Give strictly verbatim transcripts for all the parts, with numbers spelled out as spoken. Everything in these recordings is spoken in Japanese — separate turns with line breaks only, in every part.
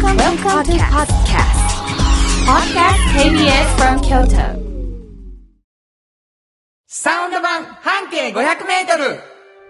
Welcome, Welcome to podcast. Podcast ケービーエス from Kyoto.
サウンド版半径ごひゃくメートル。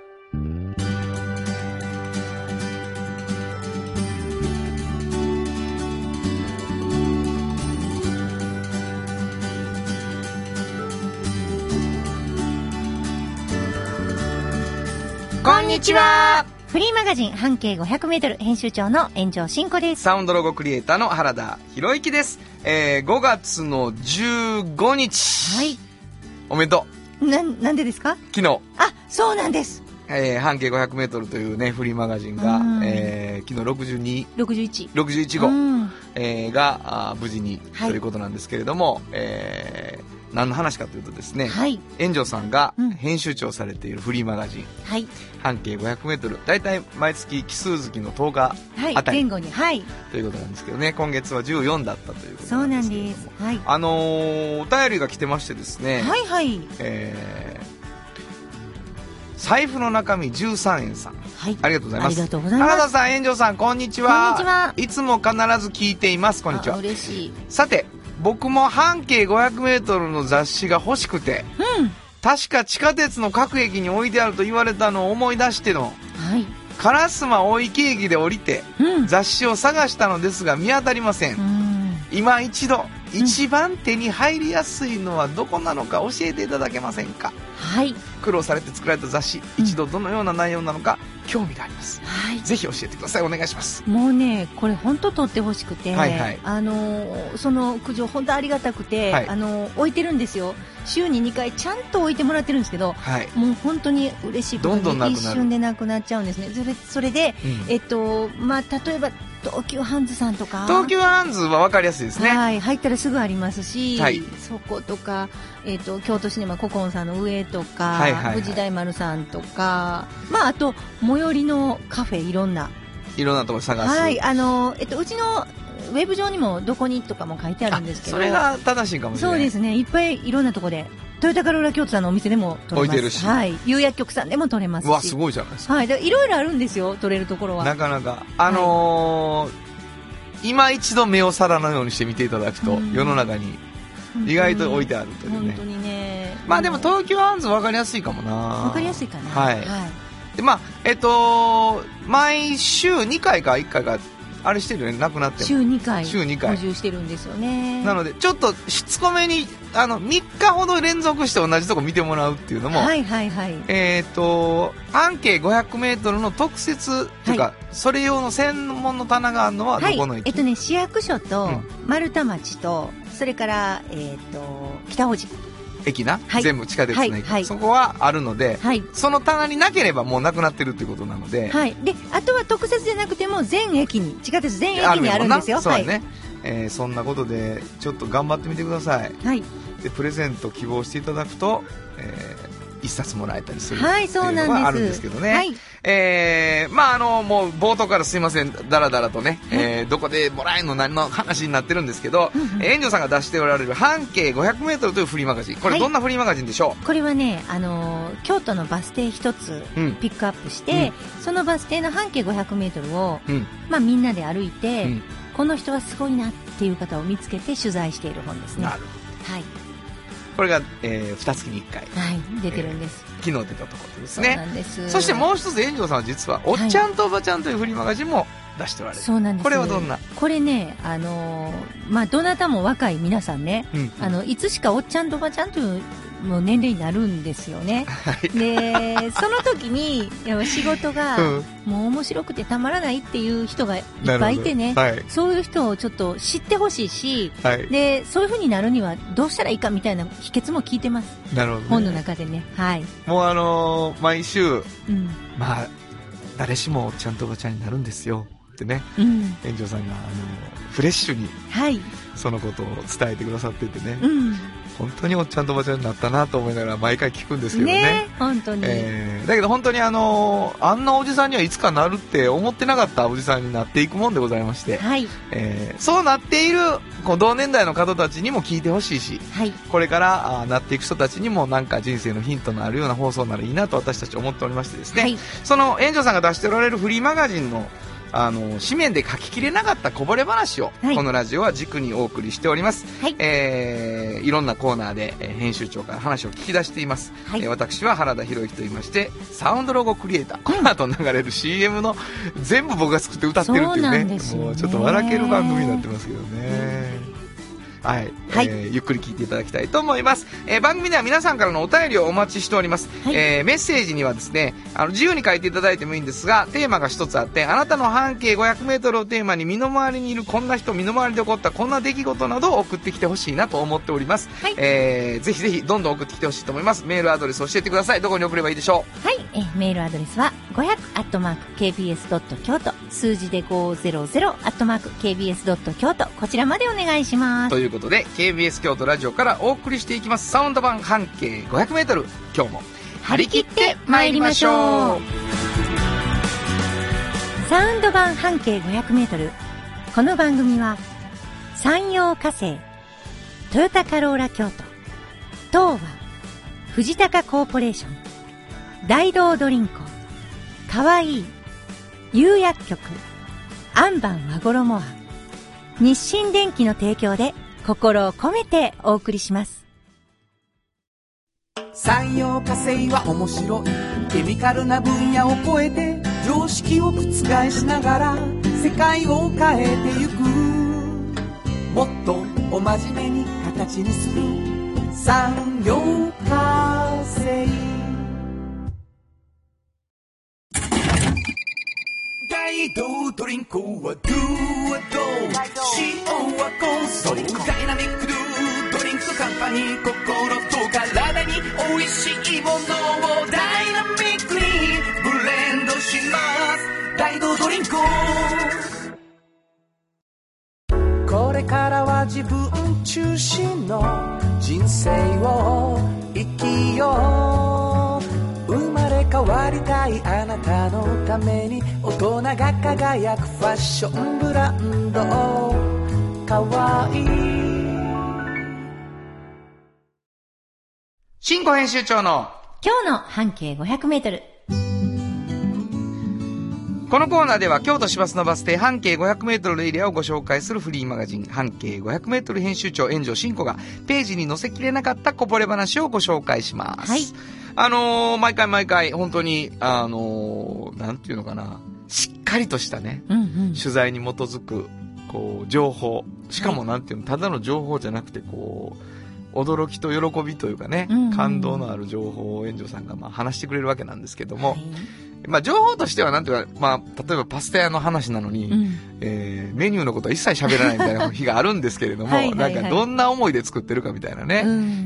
こんにちは。
フリーマガジン半径ごひゃくメートル編集長の炎上真子です。
サウンドロゴクリエイターの原田博之です。えー、ごがつのじゅうごにち。
はい。
おめでと
う。な、なんでですか？
昨日。
あ、そうなんです。
えー、半径ごひゃくメートルというね、フリーマガジンが、えー、昨日ろくじゅうに、
ろくじゅういち、
ろくじゅういちご、えー、があ無事に、はい、ということなんですけれども、えー、何の話かというとですね、はい、炎上さんが編集長されているフリーマガジン、はい、半径ごひゃくメートル、だいたい毎月奇数月のとおかあたり、
はい、前後に、はい、
ということなんですけどね、今月はじゅうよんだったということ
そう
なん
なんです。はい、
あのー、お便りが来てましてですね、
はいはい、
えー、財布の中身じゅうさんえんさん、はい、ありがとうございます。
ありがとうございます。
原田さん、炎上さん、こんにちは。
こんにちは。
いつも必ず聞いています。こんにちは。
嬉しい。
さて、僕も半径ごひゃくメートルの雑誌が欲しくて、うん、確か地下鉄の各駅に置いてあると言われたのを思い出しての、はい、烏丸大池駅で降りて、うん、雑誌を探したのですが見当たりません。うん、今一度一番手に入りやすいのはどこなのか教えていただけませんか？はい、苦労されて作られた雑誌、うん、一度どのような内容なのか興味があります、はい、ぜひ教えてください。お願いします。
もうね、これ本当取ってほしくて、
はいはい、
あのその苦情本当ありがたくて、はい、あの置いてるんですよ。週ににかいちゃんと置いてもらってるんですけど、はい、もう本当に嬉しいことに
どんどん
一瞬でなくなっちゃうんですね。それ、それで、うん、えっとまあ、例えば東急ハンズさんとか、
東急ハンズは分かりやすいですね。
はい、入ったらすぐありますし、はい、そことか、えっと京都シネマココンさんの上とか、はいはいはい、富士大丸さんとか、まあ、あと最寄りのカフェ、いろんない
ろんなところ探す、
はい、あのえっとうちのウェブ上にもどこにとかも書いてあるんですけど、
それが正しいかもしれない。
そうですね、いっぱいいろんなところでトヨタカローラ京都さんのお店でも取れます。
置いてるし、
はい、釉薬局さんでも取れますし。
うわ、すごいじゃないですか。
はい、いろいろあるんですよ、取れるところは。
なかなかあのーはい、今一度目を皿のようにして見ていただくと、世の中に意外と置いてあるというね。
本当にね。
まあでも東急ハンズ分かりやすいかもな。
分かりやすいかな。
はい、はい、でまあえっと毎週にかいかいっかいかあれしてるよね、なくなっても
週にかい
週にかい
補充してるんですよね。
なのでちょっとしつこめにあのみっかほど連続して同じとこ見てもらうっていうのも、
はいはいはい、
えっと半径ごひゃくメートルの特設というか、はい、それ用の専門の棚があるのはどこの駅？
はい、えっとね、市役所と丸太町と、うん、それからえっと北大路
駅な、はい、全部地下鉄の駅、はいはい、そこはあるので、はい、その棚になければもうなくなってるということなので、
はい、であとは特設でなくても全駅に地下鉄全駅にあるんですよ。
そうね、はい、えー、そんなことでちょっと頑張ってみてください、はい、でプレゼント希望していただくと、えー、一冊もらえたりするっていうのがあるんですけどね、はい、えー、まああのもう冒頭からすいませんだらだらとね、えー、どこでもらえるの何の話になってるんですけど、うんうん、炎上さんが出しておられる半径ごひゃくメートルというフリーマガジン、これどんなフリーマガジンでしょう？はい、
これはね、あのー、京都のバス停一つピックアップして、うん、そのバス停の半径ごひゃくメートルを、うん、まあ、みんなで歩いて、うん、この人はすごいなっていう方を見つけて取材している本ですね。
なるほど、はい、これが、えー、にがつにいっかい、
はい、出てるんです、
えー、昨日出たところですね。
そうなんです。
そしてもう一つ炎上さんは実はおっちゃんとおばちゃんというフリーマガジンも出しておられる、はい、
そうなんです。
これはどんな？
これね、あのー、まあ、どなたも若い皆さんね、うんうん、あのいつしかおっちゃんとおばちゃんというもう年齢になるんですよね、はい、でその時に仕事がもう面白くてたまらないっていう人がいっぱいいてね、はい、そういう人をちょっと知ってほしいし、はい、でそういう風になるにはどうしたらいいかみたいな秘訣も聞いてます。
なるほど、ね、
本の中でね、はい、
もうあのー、毎週、うん、まあ誰しもおっちゃんとおばちゃんになるんですよってね、うん、炎上さんがあのフレッシュにそのことを伝えてくださっててね、うん、本当におっちゃんとおばちゃんになったなと思いながら毎回聞くんですけど ね,
ね本当に、
えー、だけど本当にあのあんなおじさんにはいつかなるって思ってなかったおじさんになっていくもんでございまして、はい、えー、そうなっているこう同年代の方たちにも聞いてほしいし、はい、これからあなっていく人たちにもなんか人生のヒントのあるような放送ならいいなと私たち思っておりましてですね、はい、その炎上さんが出しておられるフリーマガジンのあの紙面で書ききれなかったこぼれ話を、はい、このラジオは軸にお送りしております、はいえー、いろんなコーナーで、えー、編集長から話を聞き出しています、はいえー、私は原田博之と言いましてサウンドロゴクリエイター、この後流れる シーエム の全部僕が作って歌ってるっていうね、もうちょっと笑ける番組になってますけどね、はい、はいえー、ゆっくり聞いていただきたいと思います、えー、番組では皆さんからのお便りをお待ちしております、はいえー、メッセージにはですねあの自由に書いていただいてもいいんですが、テーマが一つあって、あなたの半径 ごひゃくメートル をテーマに身の回りにいるこんな人、身の回りで起こったこんな出来事などを送ってきてほしいなと思っております、はいえー、ぜひぜひどんどん送ってきてほしいと思います。メールアドレス教えてください。どこに送ればいいでしょ
う。はい、えー、メールアドレスは ごひゃく アットマーク ケービーエス ドット 京都、数字でごひゃく アットマーク ケービーエス ドット 京都、こちらまでお願いします。
ということで ケービーエス 京都ラジオからお送りしていきますサウンド版半径 ごひゃくメートル、今日も張り切って参りましょう。
サウンド版半径 ごひゃくメートル、この番組は山陽火星、トヨタカローラ京都、東和、藤高コーポレーション、大道ドリンコ、かわいい、釉薬局、アンバン和衣庵、日清電機の提供で心を込めてお送りします。
産業化成は面白いケミカルな分野を超えて常識を覆しながら世界を変えてゆく、もっとお真面目に形にする産業化成。大道ドリンクはドゥはド塩はコンソーダイナミックドゥドリンクカンパニー、心と体に美味しいものをダイナミックにブレンドします。大道ドリンク。これからは自分中心の人生を生きよう。生まれ変わりたいあなたのために大人が輝くファッションブランドかわいい。
新語編集長の
今日の半径 ごひゃくメートル。
このコーナーでは京都市バスのバス停半径 ごひゃくメートル のエリアをご紹介するフリーマガジン半径 ごひゃくメートル 編集長炎上真子がページに載せきれなかったこぼれ話をご紹介します。はい。あのー、毎回毎回本当にあのー、なんていうのかな、しっかりとしたね、うんうん、取材に基づくこう情報、しかもなんていうの、ただの情報じゃなくてこう驚きと喜びというかね、うんうん、感動のある情報を炎上さんがまあ話してくれるわけなんですけども、はい、まあ情報としてはなんていうか、まあ例えばパスタ屋の話なのに、うん、えー、メニューのことは一切喋らないみたいな日があるんですけれどもはいはい、はい、なんかどんな思いで作ってるかみたいなね、うん、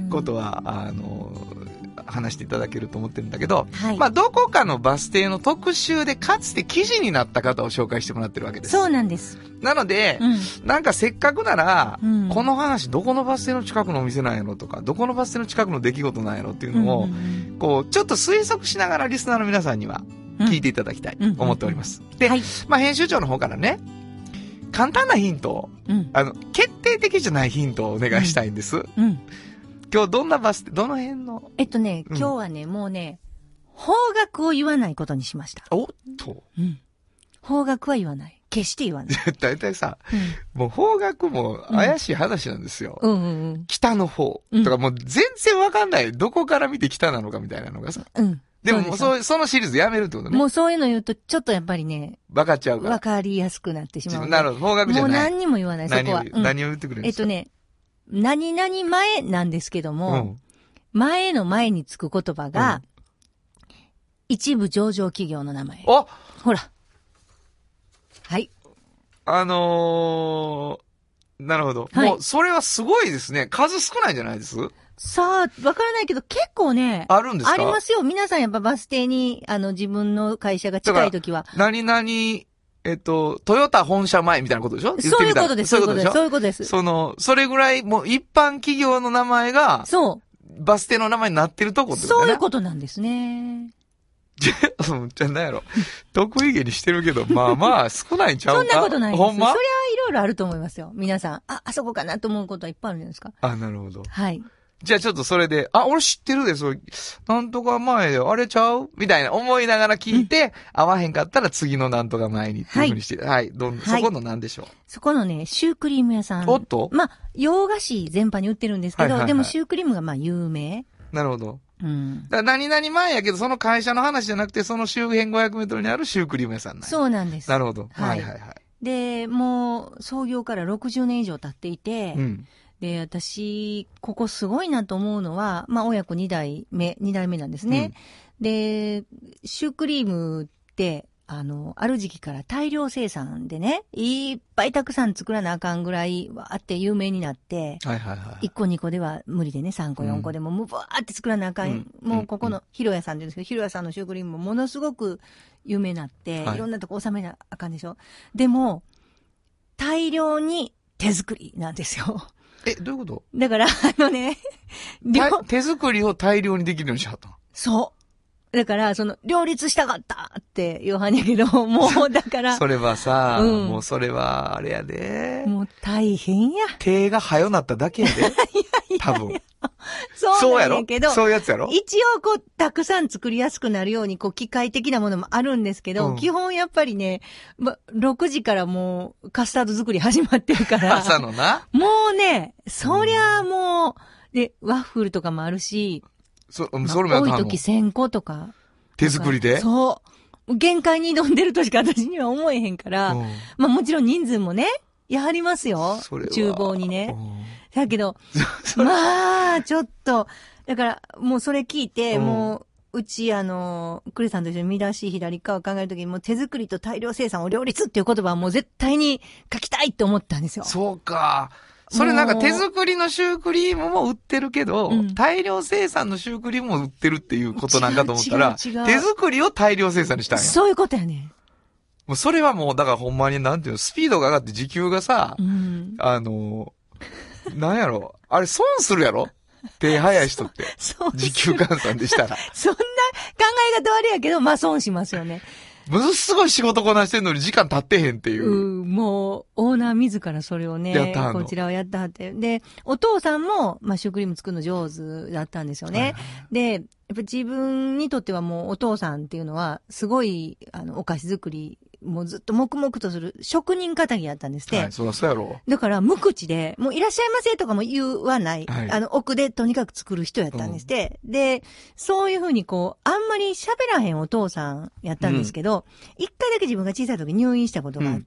ことはあの話していただけると思ってるんだけど、はい、まあどこかのバス停の特集でかつて記事になった方を紹介してもらってるわけです。
そうなんです。
なので、うん、なんかせっかくなら、うん、この話どこのバス停の近くのお店なんやろとか、どこのバス停の近くの出来事なんやろっていうのを、うんうんうん、こうちょっと推測しながらリスナーの皆さんには聞いていただきたいと思っております。うんうん、で、はい、まあ編集長の方からね、簡単なヒントを、うん、あの決定的じゃないヒントをお願いしたいんです。うんうん、今日どんなバス停、どの辺の
えっとね、今日はね、うん、もうね、方角を言わないことにしました。
おっと。うん。
方角は言わない。決して言わない。
だいたいさ、うん、もう方角も怪しい話なんですよ。うんうんうん、北の方。とかもう全然わかんない。どこから見て北なのかみたいなのがさ。うん。でももうそう、そのシリーズやめるってことね。
もうそういうの言うと、ちょっとやっぱりね。
わかっちゃうから。
わかりやすくなってしまう。
なるほど。方角じゃない。
もう何にも言わない、そこは。
何を、うん、何を言ってくれるんですか？
えっとね、何々前なんですけども、うん、前の前につく言葉が、うん、一部上場企業の名前。
お
ほら。はい。
あのー、なるほど。はい、もう、それはすごいですね。数少ないんじゃないです？
さあ、わからないけど、結構ね。
あるんですか？
ありますよ。皆さんやっぱバス停に、あの、自分の会社が近いときは。
何々、えっと、トヨタ本社前みたいなことでしょ？言ってみたら。
そういうことです。そういうことです。そういうことです。
その、それぐらい、もう一般企業の名前が、
そう。
バス停の名前になってるとこってことね。
そういうことなんですね。
じゃ、じゃ、なんやろ。得意げにしてるけど、まあまあ、少ないんちゃうか。
そんなことないです。
ほんま？
それはいろいろあると思いますよ。皆さん。あ、あそこかなと思うことはいっぱいあるんじゃないですか。
あ、なるほど。
はい。
じゃあちょっとそれで、あ、俺知ってるで、それ、なんとか前で、あれちゃうみたいな思いながら聞いて、うん、合わへんかったら次のなんとか前にっていうふうにして、はい、はい、どん、そこのなんでしょう、はい、
そこのね、シュークリーム屋さん。
おっと
まあ、洋菓子全般に売ってるんですけど、はいはいはい、でもシュークリームがまあ有名。
なるほど。
うん。
だから何々前やけど、その会社の話じゃなくて、その周辺ごひゃくメートルにあるシュークリーム屋さんなんや。
そうなんです。
なるほど。
はい、
はいはいはい。
で、もう、創業からろくじゅうねん以上経っていて、うん、で、私、ここすごいなと思うのは、まあ、親子に代目、に代目なんですね。うん、で、シュークリームって、あの、ある時期から大量生産でね、いっぱいたくさん作らなあかんぐらい、わーって有名になって、
はいはいはい。
いっこにこでは無理でね、さんこよんこでも、もうわーって作らなあかん。うん、もうここの、ひろやさんって言うんですけど、ひろやさんのシュークリームもものすごく有名になって、はい、いろんなとこ収めなあかんでしょ。でも、大量に手作りなんですよ。
え、どういうこと？
だから、あのね、
手作りを大量にできるようにしはった。
そう。だから、その、両立したかったって言わはんやけど、もう、だから。
それはさ、うん、もうそれは、あれやで。
もう大変や。
手が早なっただけやで。いやいや多分。
そうなんやけど。
そういうやつやろ？
一応、こう、たくさん作りやすくなるように、こう、機械的なものもあるんですけど、うん、基本やっぱりね、ま、ろくじからもう、カスタード作り始まってるから。
朝のな。
もうね、そりゃもう、で、ワッフルとかもあるし、
そ、
まあ、
それもやったの？
多い時せんことか。
手作りで？
そう。限界に挑んでるとしか私には思えへんから、うん、まあもちろん人数もね、やはりますよ。厨房にね。だけど、まあ、ちょっと、だから、もうそれ聞いて、うん、もう、うち、あの、クレさんと一緒に見出し左側を考えるときに、もう手作りと大量生産を両立っていう言葉はもう絶対に書きたいって思ったんですよ。
そうか。それなんか手作りのシュークリームも売ってるけど、うん、大量生産のシュークリームも売ってるっていうことなんかと思ったら、違う違う違う手作りを大量生産にしたんや。
そういうことやね。
もうそれはもう、だからほんまになんていうの、スピードが上がって時給がさ、
うん、
あの、なんやろ、あれ損するやろ手早い人って。そう。時給換算でしたら。
そんな考え方悪いやけど、まあ損しますよね。
ものすごい仕事こなしてんのに時間経ってへんっていう。
うん、もう、オーナー自らそれをね、
やったはんの
こちらをやったはって。で、お父さんも、まあ、シュークリーム作るの上手だったんですよね。はいはい、で、やっぱ自分にとってはもうお父さんっていうのは、すごい、あの、お菓子作り、もうずっと黙々とする職人仇やったんですって。
はい、そりゃそうやろ。
だから無口で、もういらっしゃいませとかも言わない。はい、あの、奥でとにかく作る人やったんですって。うん、で、そういうふうにこう、あんまり喋らへんお父さんやったんですけど、一、うん、回だけ自分が小さい時入院したことがあって、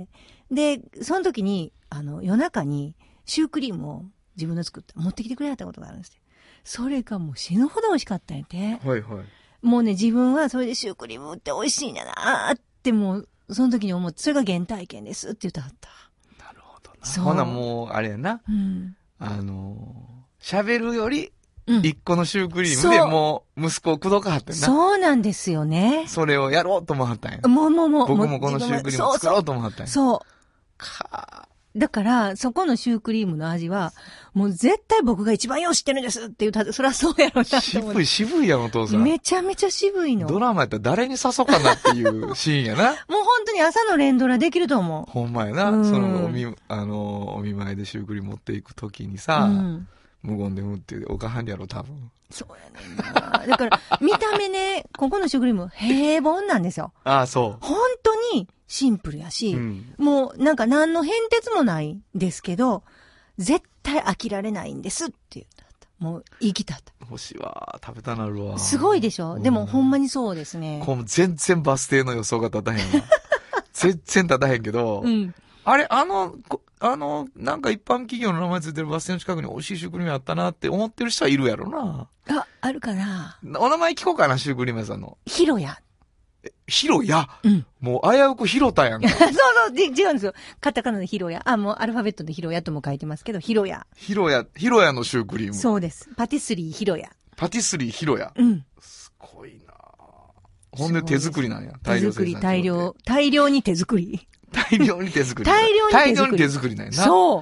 うん、で、その時に、あの、夜中にシュークリームを自分の作った持ってきてくれたことがあるんです。それがもう死ぬほど美味しかったんやて。
はいはい。
もうね、自分はそれでシュークリームって美味しいんだなーってもう、その時に思って、それが原体験ですって言ってはった。
なるほどな。そう。ほなもう、あれやな。
うん。
あのー、喋るより、一個のシュークリームでもう、息子を口説かはってんな。
そうなんですよね。
それをやろうと思わはったんや。
もうもうもう。
僕もこのシュークリームを作ろうと思わはったんや。
そう。
か
だから、そこのシュークリームの味は、もう絶対僕が一番よう知ってるんですって言ったら、そりゃそうやろなと思って。
渋い、渋いやん、お父さん。
めちゃめちゃ渋いの。
ドラマやったら誰に誘うかなっていうシーンやな。
もう本当に朝の連ドラできると思う。
ほんまやな。うん、その、おみ、あの、お見舞いでシュークリーム持っていくときにさ、うん、無言でむっておかはんやろ、多分。
そうやねんな。だから、見た目ね、ここのシュークリーム、平凡なんですよ。
ああ、そう。
本当にシンプルやし、うん、もうなんか何の変哲もないんですけど、絶対飽きられないんですって言った。もう言い切った。
欲しいわ。食べたなるわ。
すごいでしょ、うん、でもほんまにそうですね。
こう全然バス停の予想が立たへんわ。全然立たへんけど、
うん、
あれ、あの、あの、なんか一般企業の名前ついてるバス停の近くに美味しいシュークリームあったなって思ってる人はいるやろな。
あ、あるかな。
お名前聞こうかな、シュークリーム屋さんの。
ヒロヤ。
え、ヒロヤ、
うん、
もう危うくヒロタやんか。
そうそう、違うんですよ。カタカナでヒロヤ。あ、もうアルファベットでヒロヤとも書いてますけど、ヒロヤ。
ヒロヤ、ヒロヤのシュークリーム。
そうです。パティスリーヒロヤ。
パティスリーヒロヤ。
うん。
すごいなほんで手作りなんや。
大量手作り、大量、大量に手作り。
大量に手作り。
大量に手作り。
大量に手作りなんやな。
そう。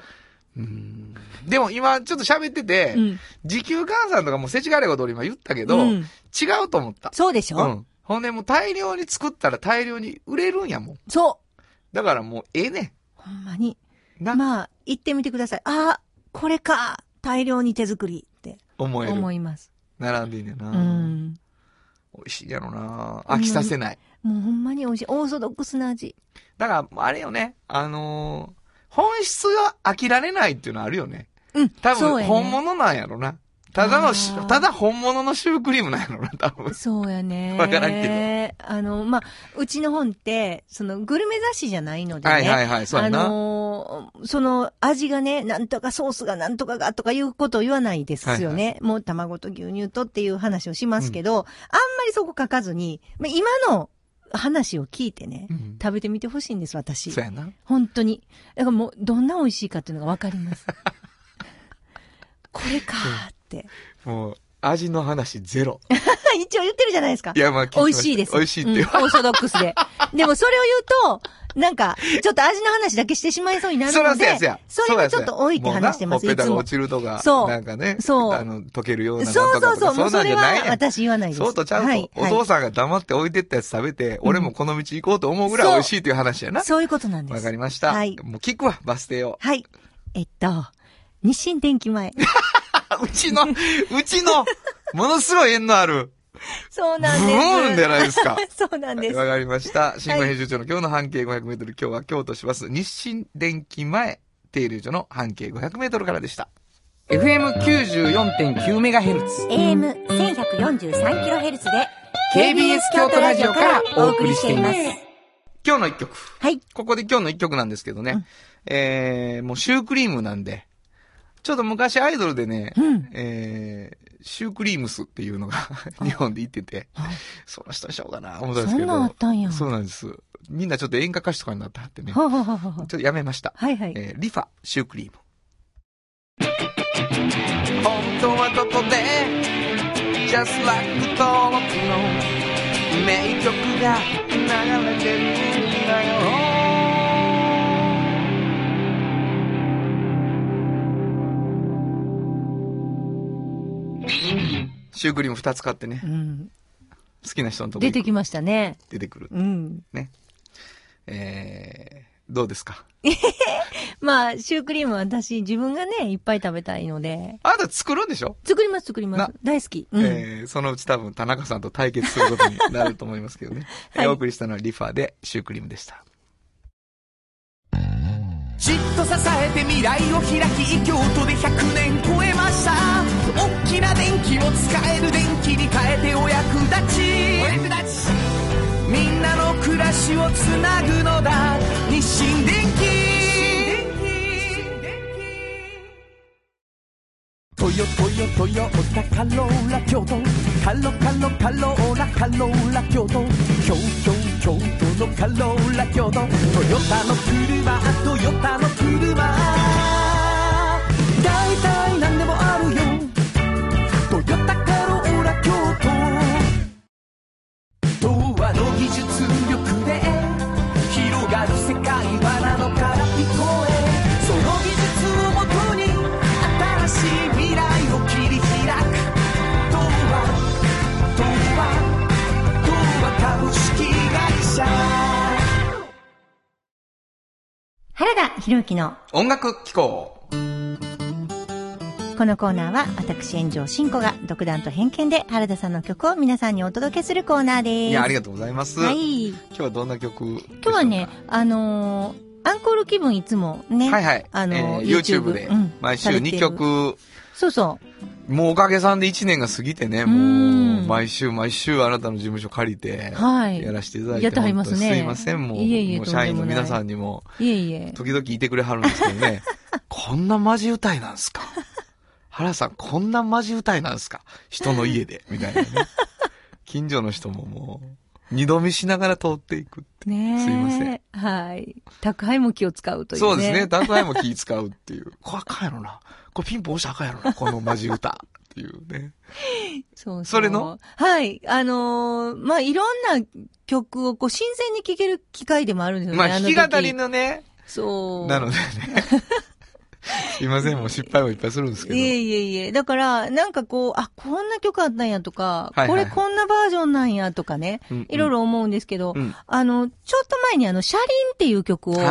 うーん。でも今ちょっと喋ってて、うん、時給換算とかも世知辛いこと俺今言ったけど、うん、違うと思った。
そうでしょ、
うん。ほんでもう大量に作ったら大量に売れるんやもん。
そう。
だからもうええねん。
ほんまに。まあ、行ってみてください。ああ、これか。 大量に手作りって
思える。
思います。
並んでいいねんな。
うん。
美味しいやろな。飽きさせない。
もう、もうほんまに美味しい。オーソドックスな味。
だから、あれよね。あのー、本質が飽きられないっていうのはあるよね。
うん。
多分、本物なんやろな。ただの、ただ本物のシュークリームなんやろな、多分。
そうやね。
わからんけ
ど。あの、まあ、うちの本って、その、グルメ雑誌じゃないのでね。
はいはいはい、そうやな。
あのー、その、味がね、なんとかソースがなんとかがとかいうことを言わないですよね。はいはい、もう卵と牛乳とっていう話をしますけど、うん、あんまりそこ書かずに、今の話を聞いてね、うん、食べてみてほしいんです、私。
そうやな。
本当に。だからもう、どんな美味しいかっていうのがわかります。これかーって。
もう、味の話ゼロ。
一応言ってるじゃないですか。
いや、まあ、
美味しいです。
美味しいって、
うん、オーソドックスで。でもそれを言うと、なんか、ちょっと味の話だけしてしまいそうになるので、
そらそうや
それはちょっと置いて話してます。
ほっぺたが落ちるとか、
そう。
なんかね、
そう。
あの、溶けるようななん
とか
とか。
そうそうそう。もうそれは私言わないです。
そうとちゃうと、はい、お父さんが黙って置いてったやつ食べて、うん、俺もこの道行こうと思うぐらい美味しいという話やな。
そういうことなんです。
わかりました。はい。もう聞くわ、バス停を。
はい。えっと、日清電機前。
うちの、うちの、ものすごい縁のある。
そうなんです。ブ
ーンじゃないですか。
そうなんです。
わかりました。新聞編集長の今日の半径ごひゃくメートル、今日は京都市バス日清電機前停留所の半径ごひゃくメートルからでした。エフエムきゅうじゅうよんてんきゅうメガヘルツ。
エーエムせんひゃくよんじゅうさんキロヘルツ で
ケービーエス 京都ラジオからお送りしています。今日の一曲。
はい。
ここで今日の一曲なんですけどね。うん、えー、もうシュークリームなんで。ちょっと昔アイドルでね、うん、えー、シュークリームスっていうのが日本で言ってて、その人にしようかな思ったんですけど。
そんなあったんや。
そうなんです。みんなちょっと演歌歌手とかになってはってね。
ははははち
ょっとやめました。
はいはい。
えー、リファ、シュークリーム。本当はどこで Just like 登録の名曲が流れてるんだよ。シュークリーム二つ買ってね、うん、好きな人のとこ
出てきましたね。
出てくる。
うん。
ね。えー、どうですか
まあ、シュークリームは私、自分がね、いっぱい食べたいので。
あなた作るんでしょ？
作ります、作ります。大好き。
うん、えー、そのうち多分田中さんと対決することになると思いますけどね。はい、お送りしたのはリファでシュークリームでした。じっと支えて未来を開き京都でひゃくねん超えました。大きな電気を使える電気に変えてお役立ちお役立ちみんなの暮らしをつなぐのだ日清電気。トヨトヨトヨタカローラ京都カロカロカローラカローラ京都京都京都のカローラ京都トヨタの車トヨタの車大体何でもあるよトヨタカローラ京都東和の技術力で広がる世界はなのから聞こえその技術をもとに新しい未来を切り開く東和東和東和株式会社
原田博之の
音楽機構。
このコーナーは私炎上真子が独断と偏見で原田さんの曲を皆さんにお届けするコーナーです。い
やありがとうございます。
はい。
今日はどんな曲？今
日はねあのー、アンコール気分いつもね。
はいはい。
あのー
えー、YouTube で毎週にきょく、うん。
そうそう。
もうおかげさんでいちねんが過ぎてね、もう毎週毎週あなたの事務所借りてやらせていただいて、
やってはりますね。
すいませんもう、
いえいえ
もう社員の皆さんにも
いえいえ
時々いてくれはるんですけどね。こんなマジ歌いなんすか。原さんこんなマジ歌いなんすか。人の家でみたいなね。近所の人ももう二度見しながら通っていくって。ねすいません。
はい。宅配も気を使うというね。
そうですね。宅配も気使うっていう。これあかんやろな。これピンポン押したらあかんやろな。このマジ歌っていうね。
そうそう。
それの
はい。あのー、まあ、いろんな曲をこう新鮮に聴ける機会でもあるんですよね。
まあ、弾き語りのね。
そう。
なのでね。すいません、もう失敗もいっぱいするんですけど。
いえいえいえ。だから、なんかこう、あ、こんな曲あったんやとか、はいはい、これこんなバージョンなんやとかね、うんうん、いろいろ思うんですけど、うん、あの、ちょっと前にあの、車輪っていう曲を、はい、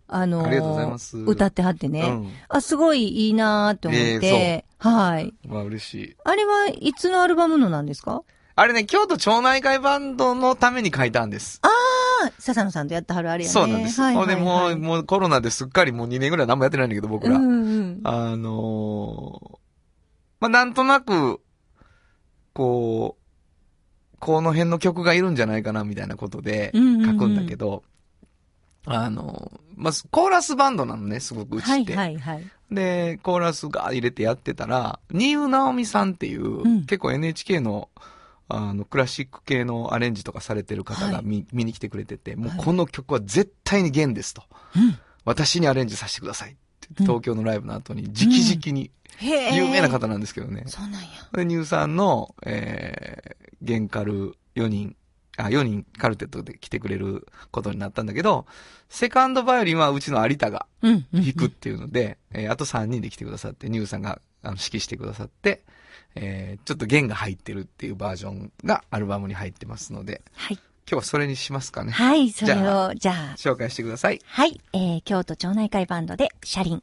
あのー、
ありがとうございます。
歌ってはってね。うん、あ、すごいいいなーって思って、えー、はい。
まあ嬉しい。
あれはいつのアルバムのなんですか？
あれね、京都町内会バンドのために書いたんです。
ああ、笹野さんとやってはるあれやね。
そうなんです。はいはいはい、でもう、もうコロナですっかりもうにねんぐらい何もやってないんだけど、僕ら。うんうん、あのー、まあ、なんとなく、こう、この辺の曲がいるんじゃないかな、みたいなことで書くんだけど、うんうんうん、あのー、まあ、コーラスバンドなのね、すごくうちって。はいはいはい。で、コーラスが入れてやってたら、新生直美さんっていう、うん、結構 エヌエイチケー のあの、クラシック系のアレンジとかされてる方が見、はい、見に来てくれてて、もうこの曲は絶対に弦ですと。はい、私にアレンジさせてくださいって、東京のライブの後に、直々に、有名な方なんですけどね。
そうなんや。
で、ニューさんの、えー、弦カルよにん、あ、よにんカルテットで来てくれることになったんだけど、セカンドバイオリンはうちの有田が弾くっていうので、うんうんうん、えー、あとさんにんで来てくださって、ニューさんがあの指揮してくださって、えー、ちょっと弦が入ってるっていうバージョンがアルバムに入ってますので、はい。今日はそれにしますかね。
はい、それを、じゃあ。
紹介してください。
はい、えー、京都町内会バンドで、車輪。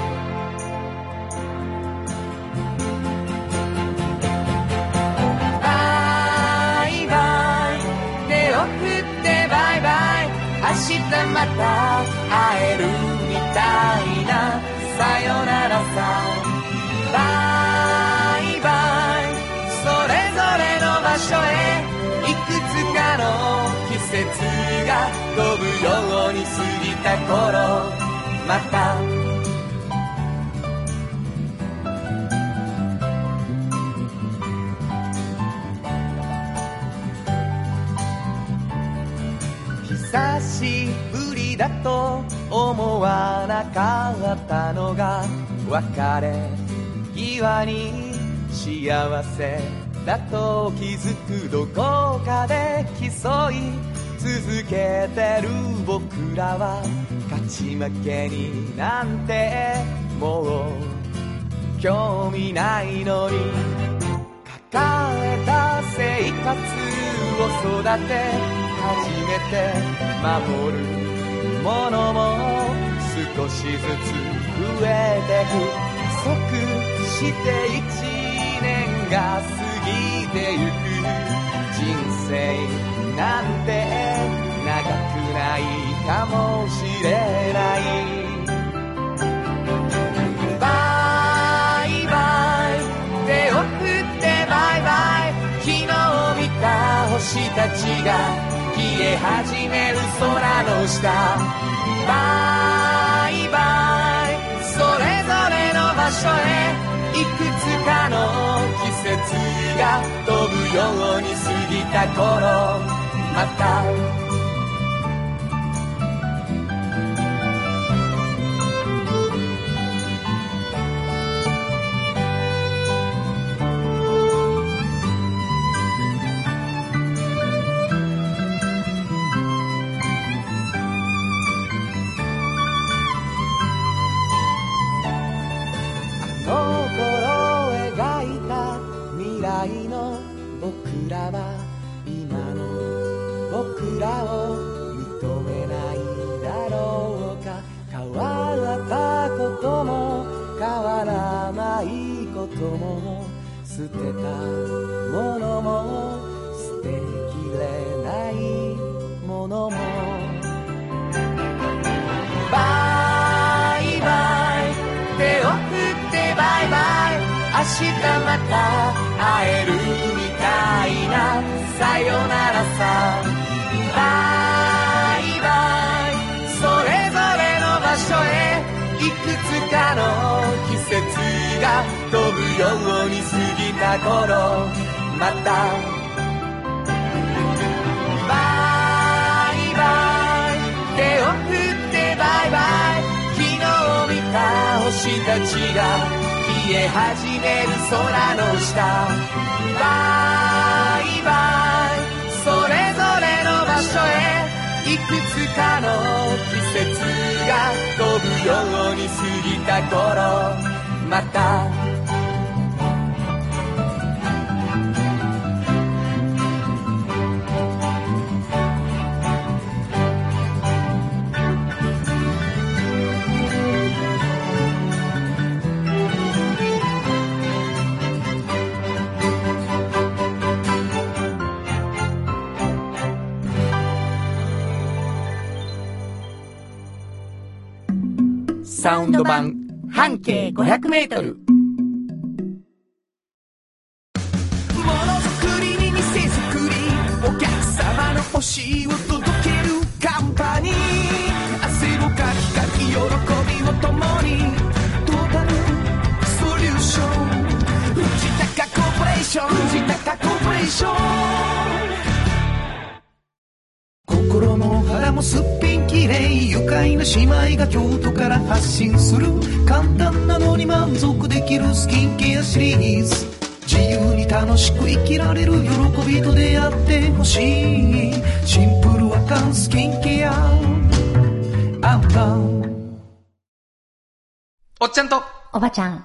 バイバイ、手を振ってバイバイ、明日また会えるみたいな、さよならさ。バイバイ、それぞれの場所へ、いくつかの季節が飛ぶように過ぎた頃、また久しぶりだと思わなかったのが、別れ際に幸せだと気づく、どこかで競い続けてる僕らは、勝ち負けになんてもう興味ないのに、抱えた生活を育て初めて守るものも少しずつ増えてく、加速して一年が過ぎてゆく、人生なんて長くないかもしれない。バイバイ、手を振ってバイバイ、昨日見た星たちが消え始める空の下。バイバイ、それぞれの場所へ、いくつかの季節が飛ぶように過ぎた頃、また僕らは今の僕らを認めないだろうか。変わったことも変わらないことも、捨てたものも捨てきれないものも、バイバイ、手を振ってバイバイ、明日また会えるみたいな、さよならさ。バイバイ、それぞれの場所へ、いくつかの季節が飛ぶように過ぎた頃、またバイバイ、手を振ってバイバイ、昨日見た星たちが消え始める空の下。バイバイ、それぞれの場所へ、いくつかの季節が飛ぶように過ぎた頃、また
サウンド版半径ごひゃくメートル。
ものづくりに店づくり、お客様の欲しいを届けるカンパニー。汗をかきかき喜びを共に、トータルソリューション。藤高コーポレーション、藤高コーポレーション。心も肌もすっぴんきれい、愉快な姉妹が京都から発信する、簡単なのに満足できるスキンケアシリーズ。自由に楽しく生きられる喜びと出会ってほしい。シンプルアカンスキンケアアンパン。
おっちゃんと
おばちゃん。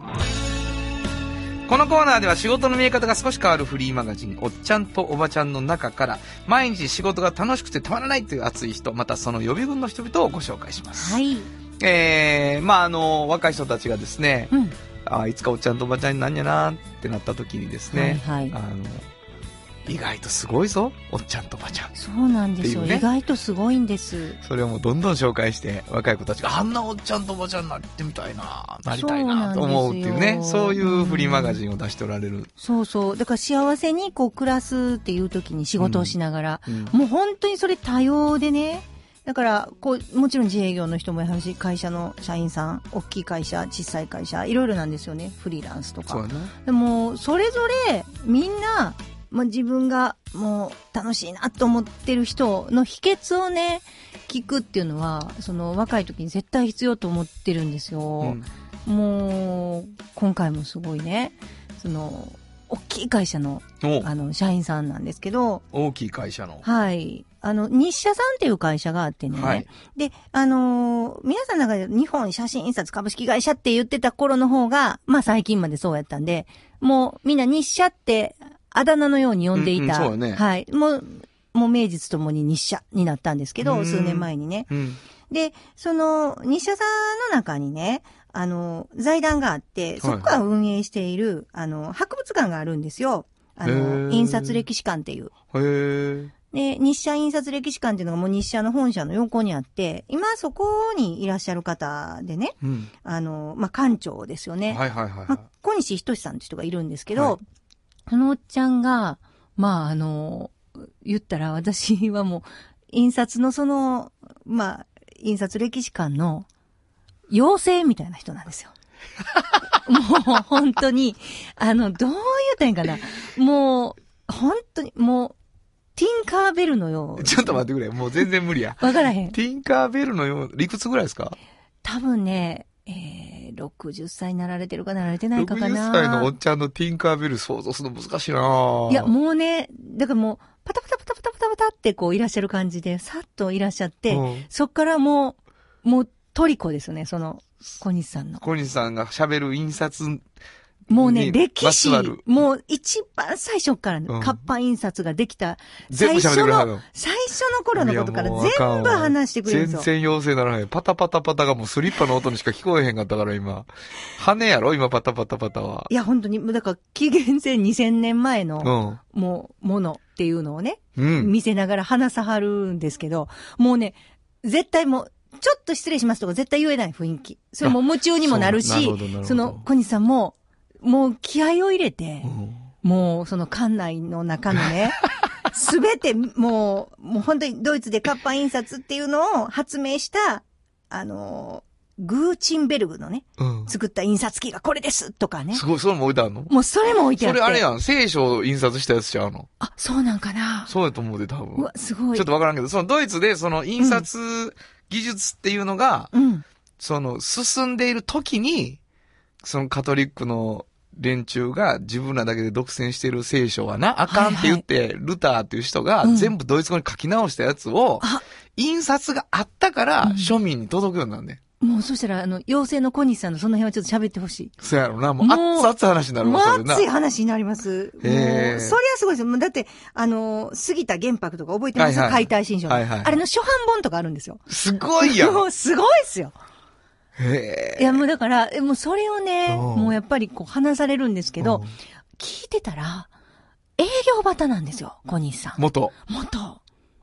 このコーナーでは仕事の見え方が少し変わるフリーマガジンおっちゃんとおばちゃんの中から、毎日仕事が楽しくてたまらないという熱い人、またその予備軍の人々をご紹介します。
はい。
えー、まああの若い人たちがですね、
うん、
あいつかおっちゃんとおばちゃんになんやなってなった時にですね、
はいはい、
あの意外とすごいぞおっちゃんとおばちゃん。
そうなんですよ、ね、意外とすごいんです。
それをもうどんどん紹介して若い子たちがあんなおっちゃんとおばちゃんになってみたいな、なりたいなと思うっていうね、そういうフリーマガジンを出しておられる、うん、
そうそう。だから幸せにこう暮らすっていう時に仕事をしながら、うんうん、もう本当にそれ多様でね。だからこうもちろん自営業の人もやはり会社の社員さん、大きい会社小さい会社いろいろなんですよね、フリーランスとか。そうね、でもそれぞれみんな、まあ、自分がもう楽しいなと思ってる人の秘訣をね聞くっていうのは、その若い時に絶対必要と思ってるんですよ、うん、もう今回もすごいね、その大きい会社のあの社員さんなんですけど、
大きい会社の、
はい、あの日社さんっていう会社があってね、はい、であのー、皆さんの中で日本写真印刷株式会社って言ってた頃の方がまあ最近までそうやったんで、もうみんな日社ってあだ名のように呼んでいた、うんうん、そうね、はい、もうもう名実ともに日社になったんですけど、数年前にね、うん、でその日社さんの中にね、あの財団があって、そこが運営している、はい、あの博物館があるんですよ。あの印刷歴史館っていう。へー。で日社印刷歴史館っていうのがもう日社の本社の横にあって、今そこにいらっしゃる方でね、うん、あのまあ館長ですよね。はいはいはい、はい、まあ、小西仁さんって人がいるんですけど、はい、そのおっちゃんがまああの言ったら私はもう印刷のそのまあ印刷歴史館の妖精みたいな人なんですよ。もう本当に、あの、どう言ったらいいんかな。もう、本当に、もう、ティンカーベルのよう。
ちょっと待ってくれ。もう全然無理や。
わからへん。
ティンカーベルのよう、いくつぐらいですか？
多分ね、えー、ろくじゅっさいになられてるかなられてないかかな。
ろくじゅっさいのおっちゃんのティンカーベル想像するの難しいない
や、もうね、だからもう、パタパタパタパタパタパタってこういらっしゃる感じで、さっといらっしゃって、うん、そっからもう、もう、トリコですよね、その、小西さんの。
小西さんが喋る印刷。
もうね、歴史、もう一番最初から、ね、うん、活版印刷ができた、最初の、最初の頃のことから全部話してくれるんですよ。
全然妖精ならへん。パタパタパタがもうスリッパの音にしか聞こえへんかったから今。羽やろ今パタパタパタは。
いや、本当に、だから、紀元前にせんねんまえの、うん、もう、ものっていうのをね、うん、見せながら話さはるんですけど、もうね、絶対もう、ちょっと失礼しますとか絶対言えない雰囲気。それも夢中にもなるし、その小西さんも、もう気合を入れて、うん、もうその館内の中のね、すべてもう、もう本当にドイツで活版印刷っていうのを発明した、あの、グーチンベルグのね、うん、作った印刷機がこれですとかね。
すごい、それも置いてあるの？
もうそれも置いてあって。
それあれやん、聖書を印刷したやつちゃうの？
あ、そうなんかな。
そうやと思うで多分。
うわ、すごい。
ちょっとわからんけど、そのドイツでその印刷、うん技術っていうのが、うん、その進んでいる時に、そのカトリックの連中が自分らだけで独占している聖書はな、あかんって言って、はいはい、ルターっていう人が全部ドイツ語に書き直したやつを、うん、印刷があったから庶民に届くようになるね。
もうそしたら、あの、妖精の小西さんのその辺はちょっと喋ってほしい。
そうやろな。もう、もう熱々話になるわ、それな。
熱い話になります。もう、そりゃすごいですよ。だって、あの、杉田玄白とか覚えてます？はいはい、解体新書の、はいはい。あれの初版本とかあるんですよ。
すごいやん。
もう、すごいっすよ。へえ。いや、もうだから、もうそれをね、もうやっぱりこう話されるんですけど、聞いてたら、営業バタなんですよ、小西さん。
元。
元。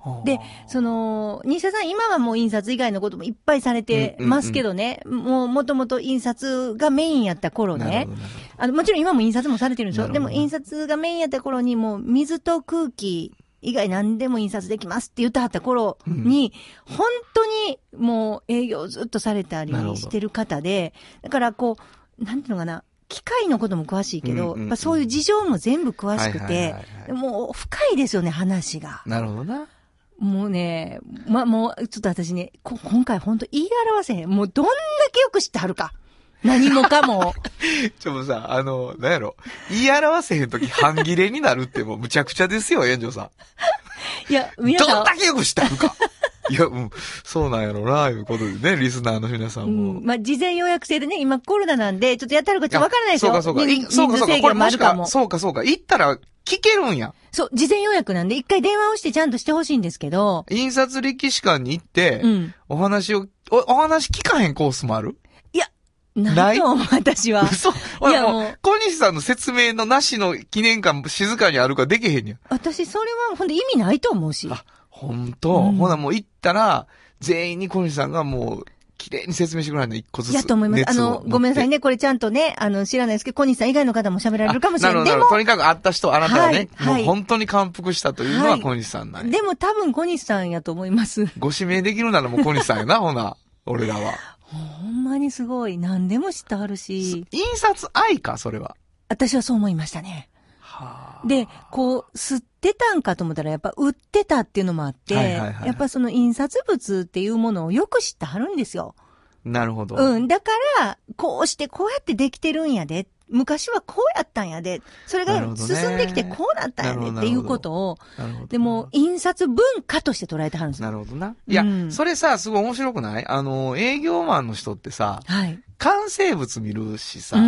で、その、西田さん今はもう印刷以外のこともいっぱいされてますけどね、うんうんうん、もうもともと印刷がメインやった頃ね、あの、もちろん今も印刷もされてるんですよ。でも印刷がメインやった頃にもう水と空気以外何でも印刷できますって言ってはった頃に、うん、本当にもう営業ずっとされたりしてる方で、だからこう、なんていうのかな、機械のことも詳しいけど、うんうんうん、やっぱそういう事情も全部詳しくて、はいはいはいはい、もう深いですよね、話が。
なるほどな。
もうね、ま、もう、ちょっと私ね、こ今回ほんと言い表せへん。もうどんだけよく知ってはるか。何もかも。
ちょっとさ、あの、なんやろ。言い表せへんとき半切れになるってもうむちゃくちゃですよ、炎上さ
ん。いや、皆さん。
どんだけよく知ってはるか。いや、うん、そうなんやろな、いうことでね、リスナーの皆さんも。
うん、まあ、事前予約制でね、今コロナなんで、ちょっとやったるかちょっとわからないですよ。
そうかそうか。そうかそうか。これもしか、そうかそうか。行ったら聞けるんや。
そう、事前予約なんで、一回電話をしてちゃんとしてほしいんですけど。
印刷歴史館に行って、うん、お話をお、お話聞かへんコースもある？
いや、ないと思う、私は。
嘘。いやもう、小西さんの説明のなしの記念館静かにあるからできへんやん。
私、それはほんで意味ないと思うし。
あ、ほんと、うん、ほなもう行ったら、全員に小西さんがもう、綺麗に説明してくれないの一個ずつ。
やと思います。あの、ごめんなさいね。これちゃんとね、あの、知らないですけど、小西さん以外の方も喋られるかもしれない。
なるほど。でもとにかく会った人、あなたはね、はい、もう本当に感服したというのは小西さんなんや、はい、
でも多分小西さんやと思います。
ご指名できるならもう小西さんやな、ほな。俺らは。
ほんまにすごい。何でも知ってはるし。
印刷愛か、それは。
私はそう思いましたね。で、こう、吸ってたんかと思ったら、やっぱ売ってたっていうのもあって、はいはいはいはい、やっぱその印刷物っていうものをよく知ってはるんですよ。
なるほど。
うん。だから、こうしてこうやってできてるんやで。昔はこうやったんやで。それが進んできてこうなったんやでっていうことを、でも、印刷文化として捉えてはるんですよ。
なるほどな。いや、うん、それさ、すごい面白くない？あの、営業マンの人ってさ、はい。完成物見るしさ、うん、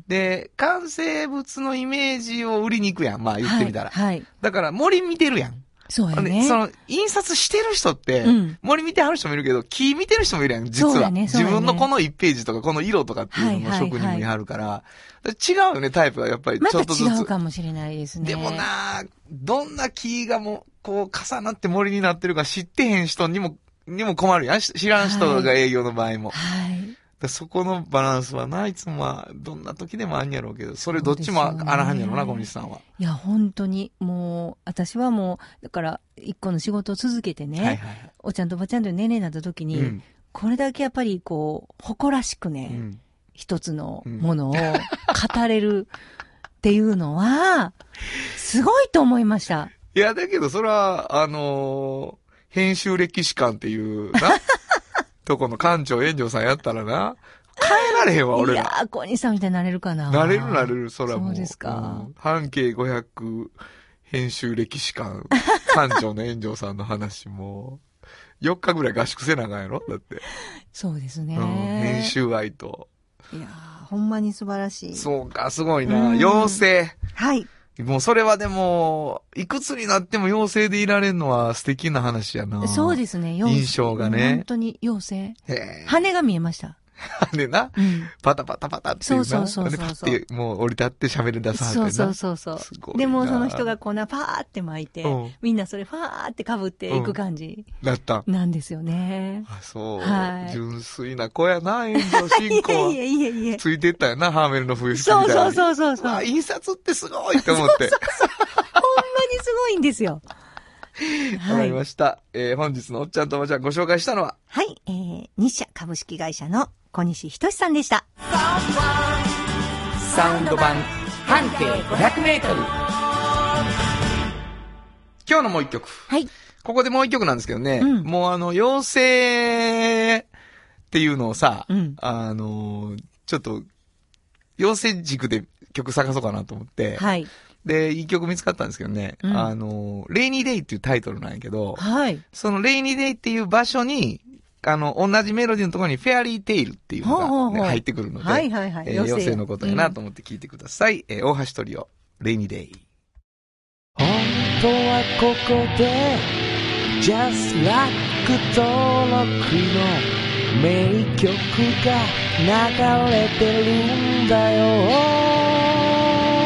で、完成物のイメージを売りに行くやん。まあ言ってみたら。はい。はい、だから森見てるやん。
そうやね。
その、印刷してる人って、うん、森見てはる人もいるけど、木見てる人もいるやん、実は。そうやね、そうやね。自分のこのいちページとか、この色とかっていうのの職人もいはるから、はいはいはい、違うよね、タイプがやっぱりちょっとずつ。
また違うかもしれないですね。
でもな、どんな木がもう、こう、重なって森になってるか知ってへん人にも、にも困るやん。知らん人が営業の場合も。はい。はいそこのバランスはな、いつもは、どんな時でもあんやろうけど、それどっちもあらはんやろうな、小西さんは。
いや、本当に、もう、私はもう、だから、一個の仕事を続けてね、はいはいはい、おちゃんとおばちゃんと年齢になった時に、うん、これだけやっぱり、こう、誇らしくね、うん、一つのものを語れるっていうのは、すごいと思いました。
いや、だけど、それは、あのー、編集歴史館っていうな、とこの館長、炎上さんやったらな、変えられへんわ、俺ら。
いやー、小西さんみたいになれるかな。
なれるなれる、そらもう。
そうですか。
うん、半径ごひゃく編集歴史館、館長の炎上さんの話も、よっかぐらい合宿せなあかんやろだって。
そうですね、
うん。編集愛と。
いやー、ほんまに素晴らしい。
そうか、すごいな。養成。
はい。
もうそれはでも、いくつになっても妖精でいられるのは素敵な話やな。
そうですね、
妖精。印象がね。
本当に妖精。へ羽が見えました。
羽な、うん、パタパタパタっていうな。そうそうそうそうそう。で、パッてもう降り立って喋り出さはってな。
そうそうそうそう。すごいな。でもその人がこんなパーって巻いて、うん、みんなそれファーって被っていく感じ。だった。なんですよね。
あ、そう。はい。純粋な子やな、炎上進行は。
いやいやいや。
ついてったよな、ハーメルの冬服みたいな。
そうそうそうそう。
あ、印刷ってすごいって思って。
そうそうそう。ほんまにすごいんですよ。
わかりました。えー、本日のおっちゃんとおばちゃんご紹介したのは
はい、えー、日社株式会社の小西仁さんでした。
サウンド版半径ごひゃくメートル。
今日のもう一曲。
はい。
ここでもう一曲なんですけどね。うん、もうあの、妖精っていうのをさ、うん、あの、ちょっと、妖精軸で曲探そうかなと思って。はい。で、いい曲見つかったんですけどね。うん、あの、レイニーデイっていうタイトルなんやけど。はい。そのレイニーデイっていう場所に、あの、同じメロディーのところにフェアリーテイルっていうのが、ね、ほうほうほう入ってくるので、はいはいはい。えー、妖精のことやなと思って聞いてください。うん、えー、大橋トリオ、レイニーデイ。
本当はここで、Just Like 登録の名曲が流れてるんだよ。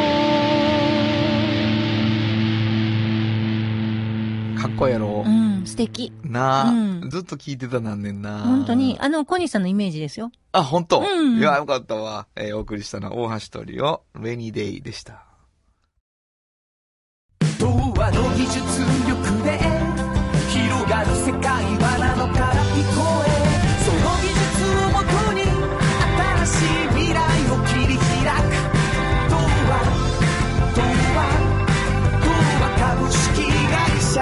かっこいいやろ。
うん、素素敵。
なあ、うん、ずっと聞いてたなんねんな。
本当に、あの、小西さんのイメージですよ。
あ、本当、うん、いや、よかったわ。えー、お送りしたのは、大橋トリオ、レニーデイでした。
童話の技術力で、広がる世界はなのから聞こえ、その技術をもとに、新しい未来を切り開く。童話、童話、童話株式会社。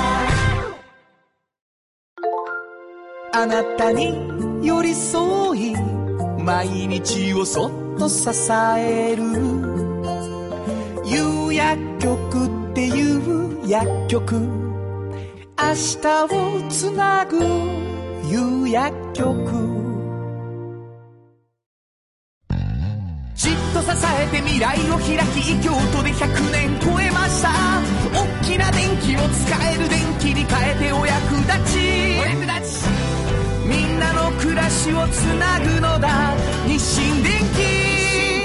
あなたに寄り添い毎日をそっと支える有薬局っていう薬局、明日をつなぐ有薬局。じっと支えて未来を開き、京都でひゃくねん超えました。大きな電気を使える電気に変えてお役立ち、お役立ち、みんなの暮らしをつなぐのだ、日清電気。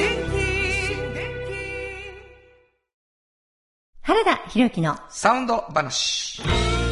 原田博之の
サウンド話。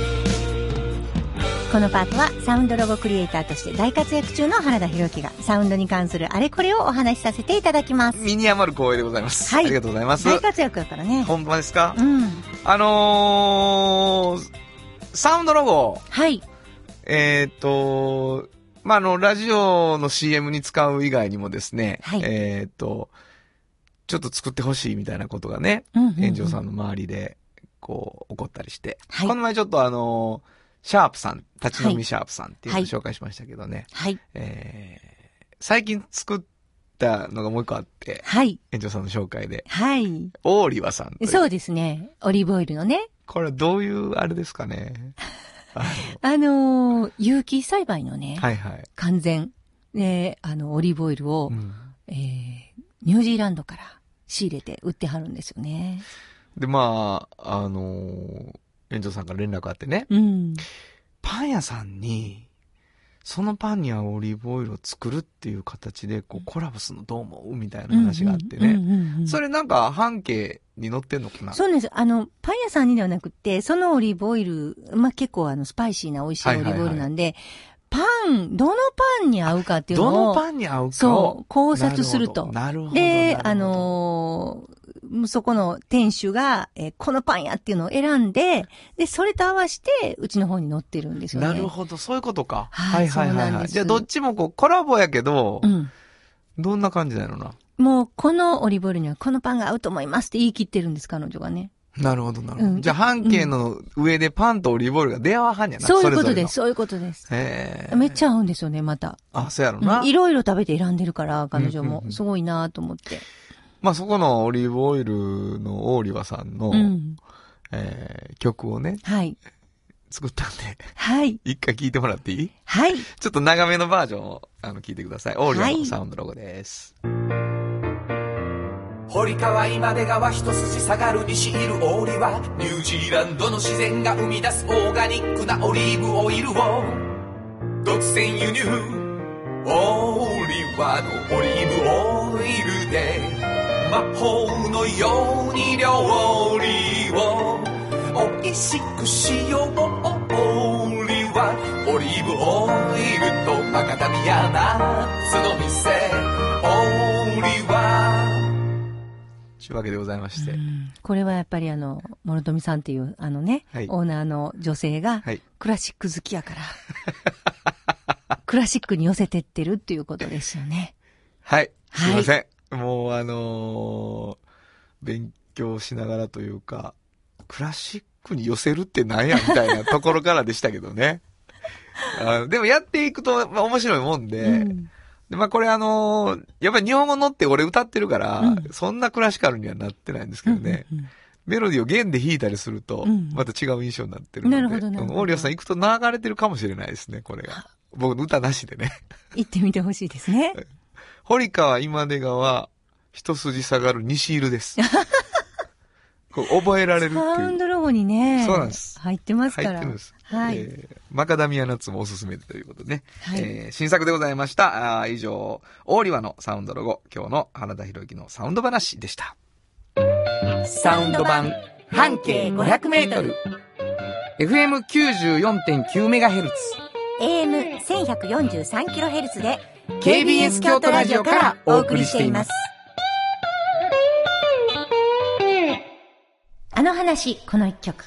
このパートはサウンドロゴクリエイターとして大活躍中の原田博之がサウンドに関するあれこれをお話しさせていただきます。
ミニアマル光栄でございます。はい。ありがとうございます。
大活躍だからね。
本当ですか？
うん。
あのー、サウンドロゴ。
はい。
えっと、まあ、あの、ラジオの シーエム に使う以外にもですね、はい、えっと、ちょっと作ってほしいみたいなことがね、うんうんうん、炎上さんの周りで、こう、起こったりして、はい、この前ちょっとあの、シャープさん、立ち飲みシャープさんっていうのを紹介しましたけどね、
はい。
えー、最近作ったのがもう一個あって、
はい。
炎上さんの紹介で、
はい。
オーリワさん。
そうですね。オリーブオイルのね。
これはどういうあれですかね。
あの、あのー、有機栽培のね、
はいはい。
完全、ね、あの、オリーブオイルを、うん、えー、ニュージーランドから仕入れて売ってはるんですよね。
で、まあ、あのー、園長さんから連絡あってね、
うん、
パン屋さんに、そのパンにはオリーブオイルを作るっていう形で、こう、コラボするのどう思うみたいな話があってね。それなんか、半径に載ってんのかな？
そうです。あの、パン屋さんにではなくて、そのオリーブオイル、まあ、結構あの、スパイシーな美味しいオリーブオイルなんで、はいはいはい、パン、どのパンに合うかっていうのを、
どのパンに合うか
そう、考察すると。
なるほど。
で、あのー、そこの店主が、えー、このパンやっていうのを選んで、で、それと合わせて、うちの方に載ってるんですよね。
なるほど、そういうことか。
はい、はい、はいはいはい。
じゃあ、どっちもこう、コラボやけど、
うん、
どんな感じなのな。
もう、このオリーブオイルにはこのパンが合うと思いますって言い切ってるんです、彼女がね。
なるほど、なるほど。うん、じゃあ、半径の上でパンとオリーブオイルが出会わはんやな。
そういうことです、そういうことです。
へ
めっちゃ合うんですよね、また。
あ、そうやろな。
いろいろ食べて選んでるから、彼女も。うんうんうん、すごいなと思って。
まあ、そこのオリーブオイルのオーリワさんの、うん、えー、曲をね、
はい。
作ったんで、
はい。
一回聴いてもらっていい？
はい。
ちょっと長めのバージョンを、あの、聴いてください。オーリワのサウンドロゴです。はい、
堀川今出川一筋下がる西いるオーリワ、ニュージーランドの自然が生み出すオーガニックなオリーブオイルを独占輸入、オーリワのオリーブオイルで魔法のように料理をおいしくしよう、オーリワオリーブオイルとマカダミアナッツの店、オーリワ
というわけでございまして、うん、
これはやっぱりあの諸富さんっていうあのね、はい、オーナーの女性がクラシック好きやから、はい、クラシックに寄せてってるっていうことですよね。
はい、すいません、はい、もうあのー、勉強しながらというかクラシックに寄せるってなんやみたいなところからでしたけどねあでもやっていくと、まあ、面白いもんで、うんで、まあ、これあのー、やっぱり日本語のって俺歌ってるから、うん、そんなクラシカルにはなってないんですけどね。うんうんうん、メロディーを弦で弾いたりすると、また違う印象になってるので。
なるほどなるほど。
オーリアさん行くと流れてるかもしれないですね、これが。僕の歌なしでね。
行ってみてほしいですね。
堀川今出川、一筋下がる西いるです。こう覚えられるっていう。
サウンドロゴにね。
そうなんです。
入ってますから。
入ってるんです。
はい。
えー、マカダミアナッツもおすすめということでね。はい、えー、新作でございました。あ以上、オーリワのサウンドロゴ、今日の原田博之のサウンド話でした。
サウンド版、半径ごひゃくメートル。
エフエムきゅうじゅうよんてんきゅうメガヘルツ、
エーエムせんひゃくよんじゅうさんキロヘルツ で
ケービーエス 京都ラジオからお送りしています。
あの話、この一曲。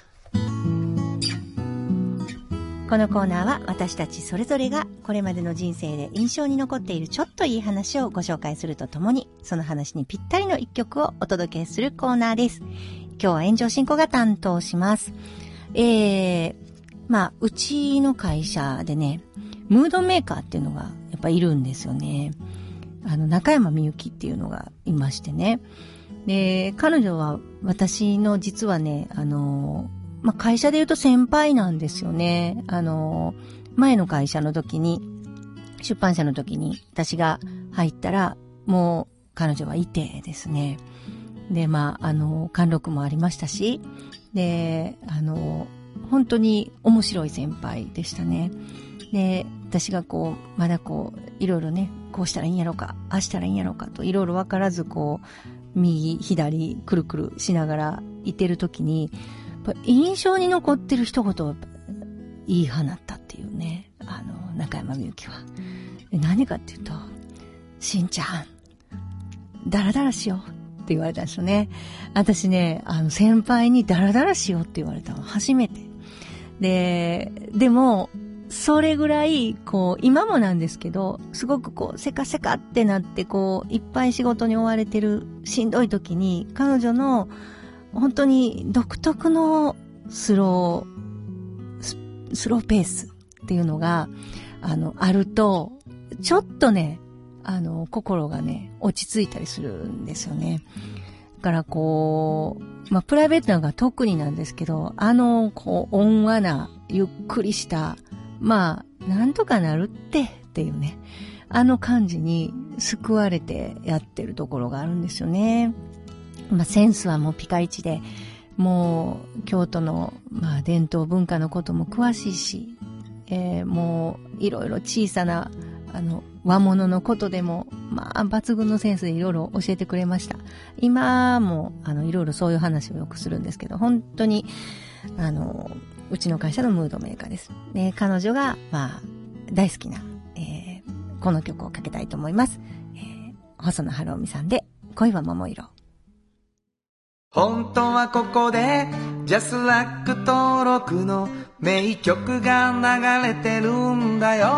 このコーナーは私たちそれぞれがこれまでの人生で印象に残っているちょっといい話をご紹介するとともに、その話にぴったりの一曲をお届けするコーナーです。今日は炎上進行が担当します。えー、まあ、うちの会社でね、ムードメーカーっていうのがやっぱいるんですよね。あの、中山みゆきっていうのがいましてね。で、彼女は私の実はね、あの、まあ、会社で言うと先輩なんですよね。あの、前の会社の時に、出版社の時に私が入ったら、もう彼女はいてですね。で、まあ、あの、貫禄もありましたし、で、あの、本当に面白い先輩でしたね。で、私がこう、まだこう、いろいろね、こうしたらいいんやろうか、ああしたらいいんやろうかと、いろいろわからずこう、右、左、くるくるしながらいてるときに、やっぱ印象に残ってる一言を言い放ったっていうね、あの、中山みゆきは。何かっていうと、しんちゃん、ダラダラしようって言われたんですよね。私ね、あの、先輩にダラダラしようって言われたの初めて。で、でも、それぐらい、こう、今もなんですけど、すごくこう、せかせかってなって、こう、いっぱい仕事に追われてる、しんどい時に、彼女の、本当に独特のスロー、スローペースっていうのが、あの、あると、ちょっとね、あの、心がね、落ち着いたりするんですよね。だからこう、まあ、プライベートなんか特になんですけど、あの、こう、温和な、ゆっくりした、まあ、なんとかなるってっていうね、あの感じに救われてやってるところがあるんですよね。まあ、センスはもうピカイチで、もう京都の、まあ、伝統文化のことも詳しいし、えー、もういろいろ小さなあの和物のことでも、まあ、抜群のセンスでいろいろ教えてくれました。今もあのいろいろそういう話をよくするんですけど、本当にあのうちの会社のムードメーカーです。で、彼女が、まあ、大好きな、えー、この曲をかけたいと思います。えー、細野晴臣さんで恋は桃色。
本当はここでジャスラック登録の名曲が流れてるんだよ。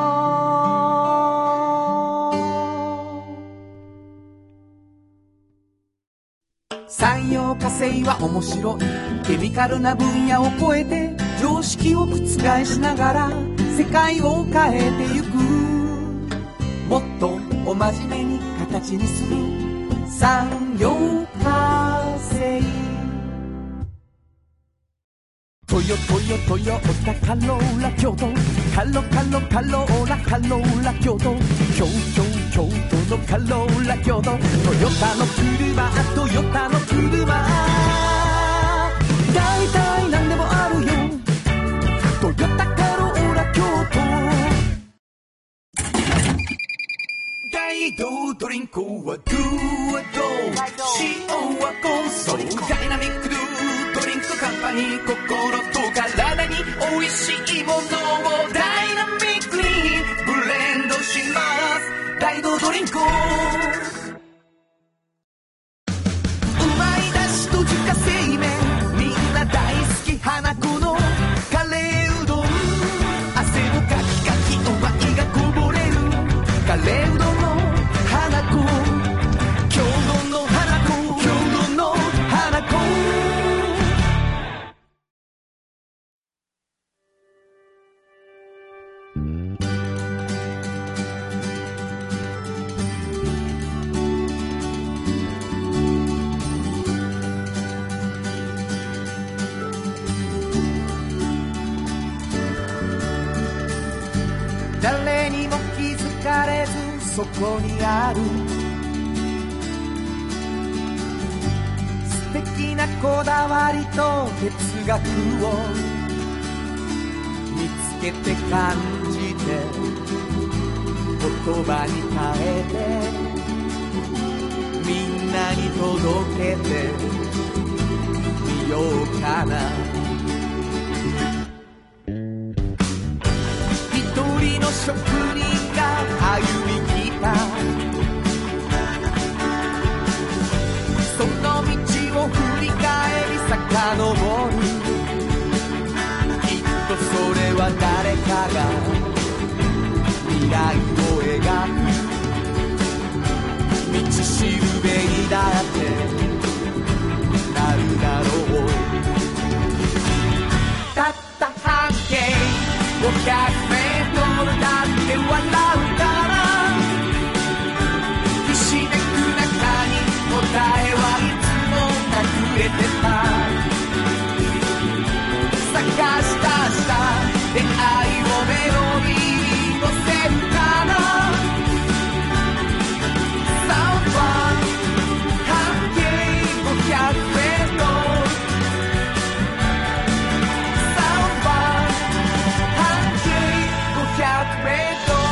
産業化成は面白い。ケミカルな分野を超えて常識を覆しながら世界を変えてゆく。もっとお真面目に形にする産業化成。トヨトヨトヨタカローラ京都、カロカロカローラカローラ京都、京京京都のカローラ京都、トヨタの車トヨタの車、だいたいなんでもあるよ、トヨタカローラ京都。大道ドリンクはドゥはド塩はコンソーダイナミックドゥドリンクカンパニー、心と体に美味しいものをダイナミックにブレンドします。大道ドリンク、うまいだしと自家製麺、みんな大好き花子のカレーうどん、汗をかきかきお前がこぼれるカレーうどんの花子、京都の花子、京都の花子。誰にも気づかれずそこにある素敵なこだわりと哲学を見つけて感じて言葉に変えてみんなに届けてみようかな。 ごひゃくメートルだって笑うからひしめく中に答えはいつも隠れてた探したした出会いをメロディーに乗せるからサウンドは半径ごひゃくメートルサウンドは半径ごひゃくメートル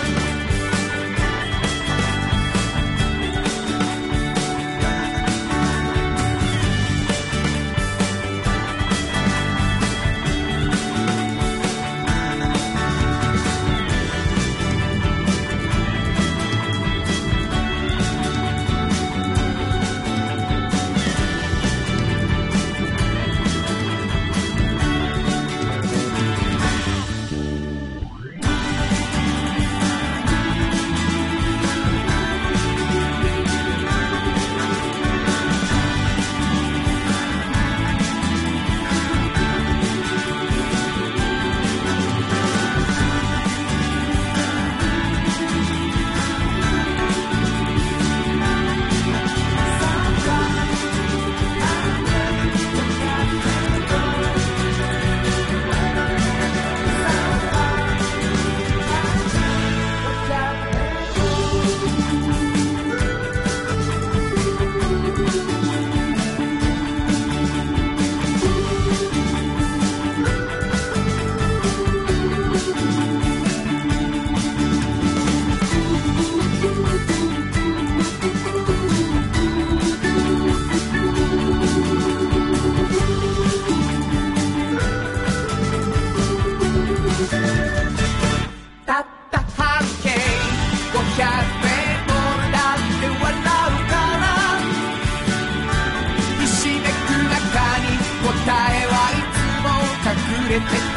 たった半径ごひゃくメートルだって笑うからひしめく中に答えはいつも隠れてた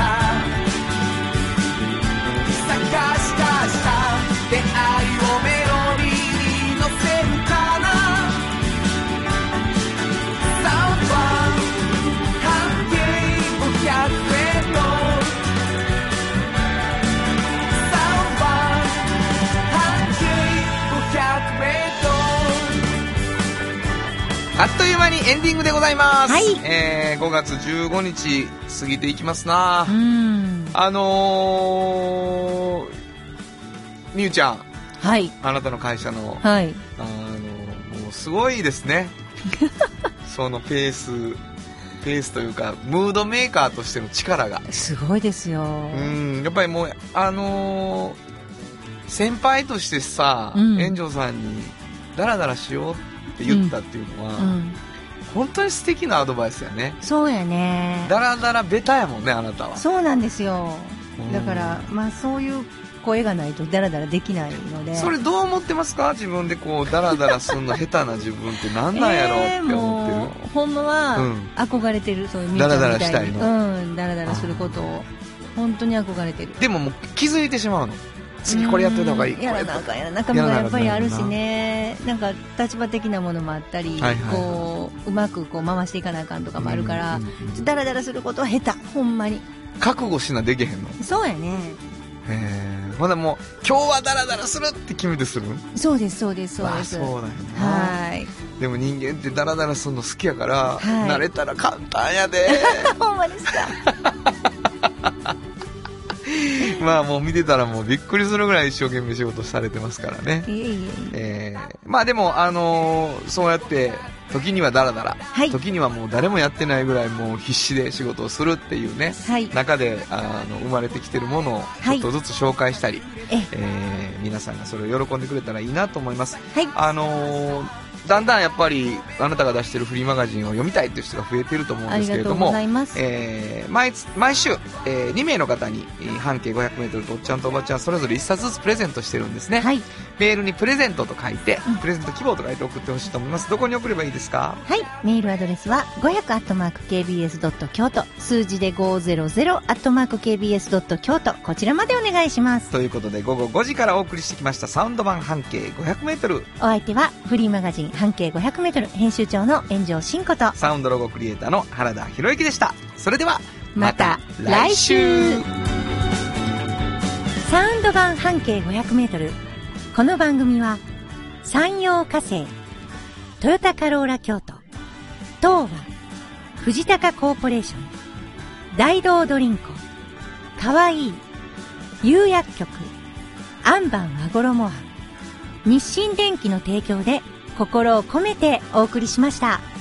探したした出会いをメロディーに乗せるからサウンドは半径ごひゃくメートル
あっという間にエンディングでございます、
はい
えー、ごがつじゅうごにち過ぎていきますな。
うん、
あのー、みゆちゃん、
はい、
あなたの会社の、
はい、
あのもうすごいですねそのペースペースというかムードメーカーとしての力が
すごいですよ。
うん、やっぱりもうあのー、先輩としてさ、うん、炎上さんにダラダラしようって言ったっていうのは、うんうん、本当に素敵なアドバイスやね。
そうやね。
ダラダラベタやもんね、あなたは。
そうなんですよ。だからまあそういう声がないとダラダラできないので。
それどう思ってますか？自分でこうダラダラするの下手な自分って何なんやろうって思ってる、えー、も
うほんまは憧れてる、うん、そういうみーちゃんみたいにダラダラしたいの、うん、ダラダラすることを本当に憧れてる。
でももう気づいてしまうの。次これやってた方がいい。
やらなあかんやらなあかんもやっぱりあるしね。なんか立場的なものもあったり、はいはいはい、こううまくこう回していかなあかんとかもあるから、ダラダラすることは下手。ほんまに
覚悟しなできへんの。
そうやね。
へえ。ほんなもう今日はダラダラするって決めてする。
そうですそうですそうです。
そうだよね。
はい。
でも人間ってダラダラするの好きやから、はい、慣れたら簡単やで
ほんまですか
まあもう見てたらもうびっくりするぐらい一生懸命仕事されてますからね。
いえいえい
えー、まあでもあのー、そうやって時にはダラダラ、はい、時にはもう誰もやってないぐらいもう必死で仕事をするっていうね、はい、中であの生まれてきてるものをちょっとずつ紹介したり、はい、えー、皆さんがそれを喜んでくれたらいいなと思います。はい、あのーだんだんやっぱりあなたが出してるフリーマガジンを読みたいという人が増えていると思うんですけれども、えー、毎, 毎週、えー、にめいの方に半径 ごひゃくメートル とおっちゃんとおばちゃんそれぞれいっさつずつプレゼントしてるんですね、はい、メールにプレゼントと書いて、うん、プレゼント希望と書いて送ってほしいと思います。どこに送ればいいですか？
はい、メールアドレスは ごひゃくアットマークケービーエスドット京都 数字でごひゃくアットマークケービーエスドット京都こちらまでお願いします。
ということで午後ごじからお送りしてきましたサウンド版半径 ごひゃくメートル、
お相手はフリーマガジン半径 ごひゃくメートル編集長の炎上真子と
サウンドロゴクリエイターの原田博之でした。それでは
また来週。 サウンド版半径ごひゃくメートル。この番組は山陽火星、トヨタカローラ京都、東和、藤高コーポレーション、大道ドリンコ、かわいい、釉薬局、アンバン和衣庵、日清電機の提供で心を込めてお送りしました。